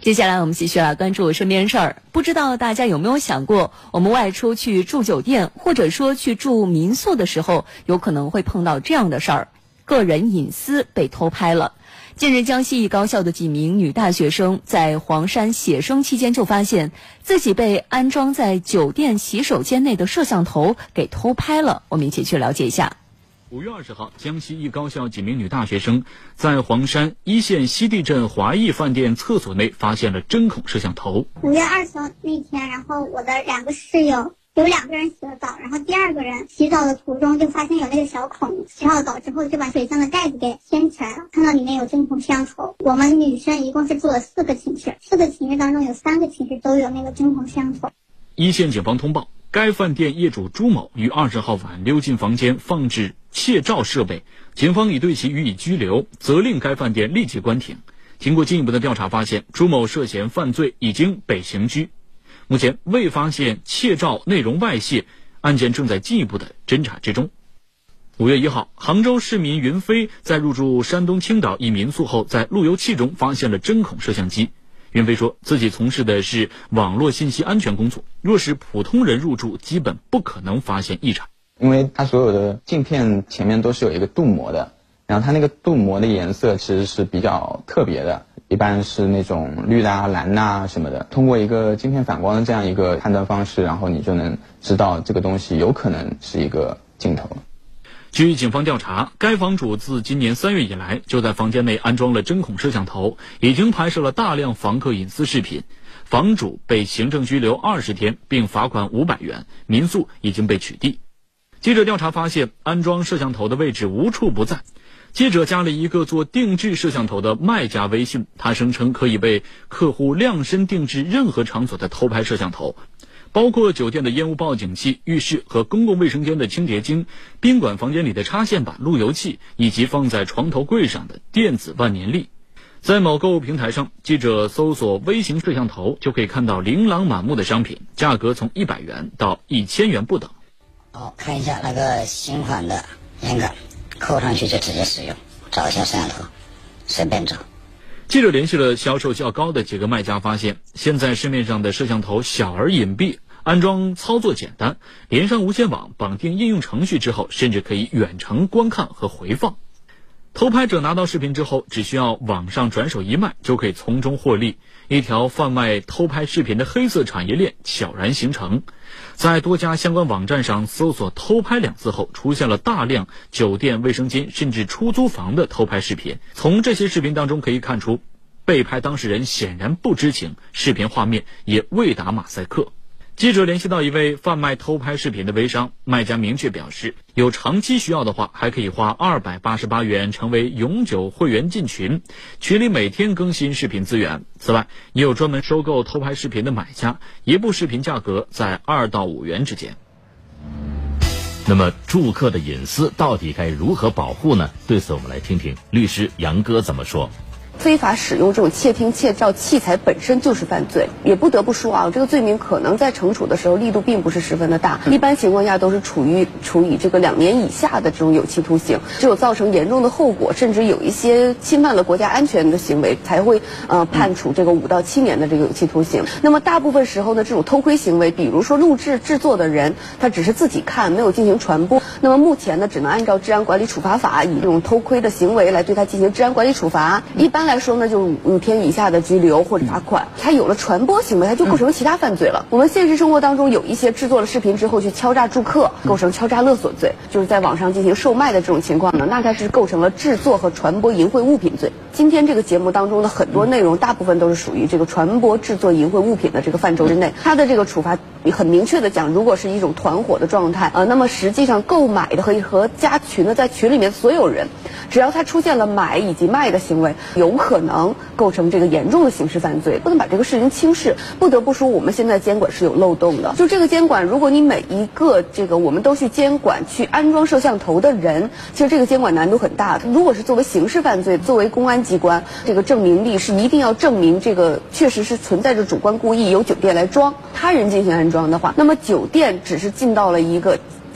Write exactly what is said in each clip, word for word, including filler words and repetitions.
接下来我们继续来关注身边事儿。不知道大家有没有想过，我们外出去住酒店或者说去住民宿的时候，有可能会碰到这样的事儿，个人隐私被偷拍了。近日，江西一高校的几名女大学生在黄山写生期间就发现自己被安装在酒店洗手间内的摄像头给偷拍了。我们一起去了解一下。 五月二十号，江西一高校几名女大学生在黄山一线西地镇华谊饭店厕所内发现了针孔摄像头。 五月二十号那天，然后我的两个室友有两个人洗了澡，然后第二个人洗澡的途中就发现有那个小孔，洗好澡之后就把水箱的盖子给掀起来了，看到里面有针孔摄像头。我们女生一共是住了四个寝室，四个寝室当中有三个寝室都有那个针孔摄像头。 一线警方通报，该饭店业主朱某于二十号晚溜进房间放置窃照设备，警方已对其予以拘留，责令该饭店立即关停。经过进一步的调查发现，朱某涉嫌犯罪，已经被刑拘。目前未发现窃照内容外泄，案件正在进一步的侦查之中。五月一号，杭州市民云飞在入住山东青岛一民宿后，在路由器中发现了针孔摄像机。云飞说自己从事的是网络信息安全工作，若是普通人入住，基本不可能发现异常。 因为它所有的镜片前面都是有一个镀膜的，然后它那个镀膜的颜色其实是比较特别的，一般是那种绿啊、蓝啊什么的。通过一个镜片反光的这样一个判断方式，然后你就能知道这个东西有可能是一个镜头。 据警方调查，该房主自今年三月以来就在房间内安装了针孔摄像头，已经拍摄了大量房客隐私视频。房主被行政拘留二十天，并罚款五百元，民宿已经被取缔。记者调查发现，安装摄像头的位置无处不在。记者加了一个做定制摄像头的卖家微信，他声称可以为客户量身定制任何场所的偷拍摄像头，包括酒店的烟雾报警器、浴室和公共卫生间的清洁精、宾馆房间里的插线板、路由器，以及放在床头柜上的电子万年历。在某购物平台上，记者搜索微型摄像头，就可以看到琳琅满目的商品，价格从一百元到一千元不等。 哦，看一下那个新款的烟杆，扣上去就直接使用，找一下摄像头，随便找。 记者联系了销售较高的几个卖家，发现现在市面上的摄像头小而隐蔽，安装操作简单，连上无线网，绑定应用程序之后，甚至可以远程观看和回放。偷拍者拿到视频之后，只需要网上转手一卖，就可以从中获利。一条贩卖偷拍视频的黑色产业链悄然形成。在多家相关网站上搜索偷拍两字后，出现了大量酒店、卫生间甚至出租房的偷拍视频。从这些视频当中可以看出，被拍当事人显然不知情，视频画面也未打马赛克。记者联系到一位贩卖偷拍视频的微商，卖家明确表示，有长期需要的话，还可以花二百八十八元成为永久会员进群，群里每天更新视频资源。此外，也有专门收购偷拍视频的买家，一部视频价格在二到五元之间。 那么住客的隐私到底该如何保护呢？对此我们来听听律师杨哥怎么说。 非法使用这种窃听窃照器材本身就是犯罪，也不得不说啊，这个罪名可能在惩处的时候力度并不是十分的大，一般情况下都是处于处以这个两年以下的这种有期徒刑，只有造成严重的后果，甚至有一些侵犯了国家安全的行为，才会呃判处这个五到七年的这个有期徒刑。那么大部分时候呢，这种偷窥行为，比如说录制制作的人，他只是自己看，没有进行传播，那么目前呢，只能按照治安管理处罚法以这种偷窥的行为来对他进行治安管理处罚。一般来说呢，就五天以下的拘留或者罚款。他有了传播行为，他就构成其他犯罪了。我们现实生活当中有一些制作了视频之后去敲诈住客，构成敲诈勒索罪，就是在网上进行售卖的这种情况呢，那它是构成了制作和传播淫秽物品罪。今天这个节目当中的很多内容，大部分都是属于这个传播制作淫秽物品的这个范畴之内。它的这个处罚很明确的讲，如果是一种团伙的状态，呃，那么实际上购买的和和加群的在群里面所有人，只要他出现了买以及卖的行为，有可能构成这个严重的刑事犯罪，不能把这个事情轻视。不得不说，我们现在监管是有漏洞的。就这个监管，如果你每一个这个我们都去监管、去安装摄像头的人，其实这个监管难度很大。如果是作为刑事犯罪，作为公安机关，这个证明力是一定要证明这个确实是存在着主观故意，由酒店来装，他人进行安装的话，那么酒店只是尽到了一个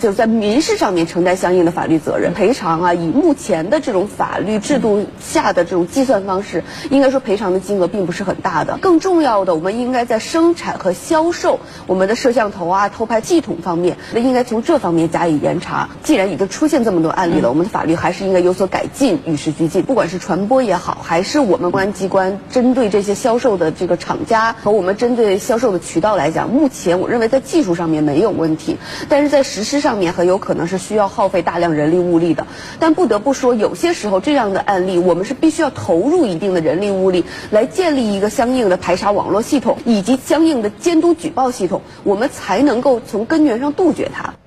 就是在民事上面承担相应的法律责任赔偿啊。以目前的这种法律制度下的这种计算方式，应该说赔偿的金额并不是很大的。更重要的，我们应该在生产和销售我们的摄像头啊、偷拍系统方面，那应该从这方面加以严查。既然已经出现这么多案例了，我们的法律还是应该有所改进，与时俱进。不管是传播也好，还是我们公安机关针对这些销售的这个厂家和我们针对销售的渠道来讲，目前我认为在技术上面没有问题，但是在实施上面很有可能是需要耗费大量人力物力的。但不得不说，有些时候这样的案例，我们是必须要投入一定的人力物力来建立一个相应的排查网络系统以及相应的监督举报系统，我们才能够从根源上杜绝它。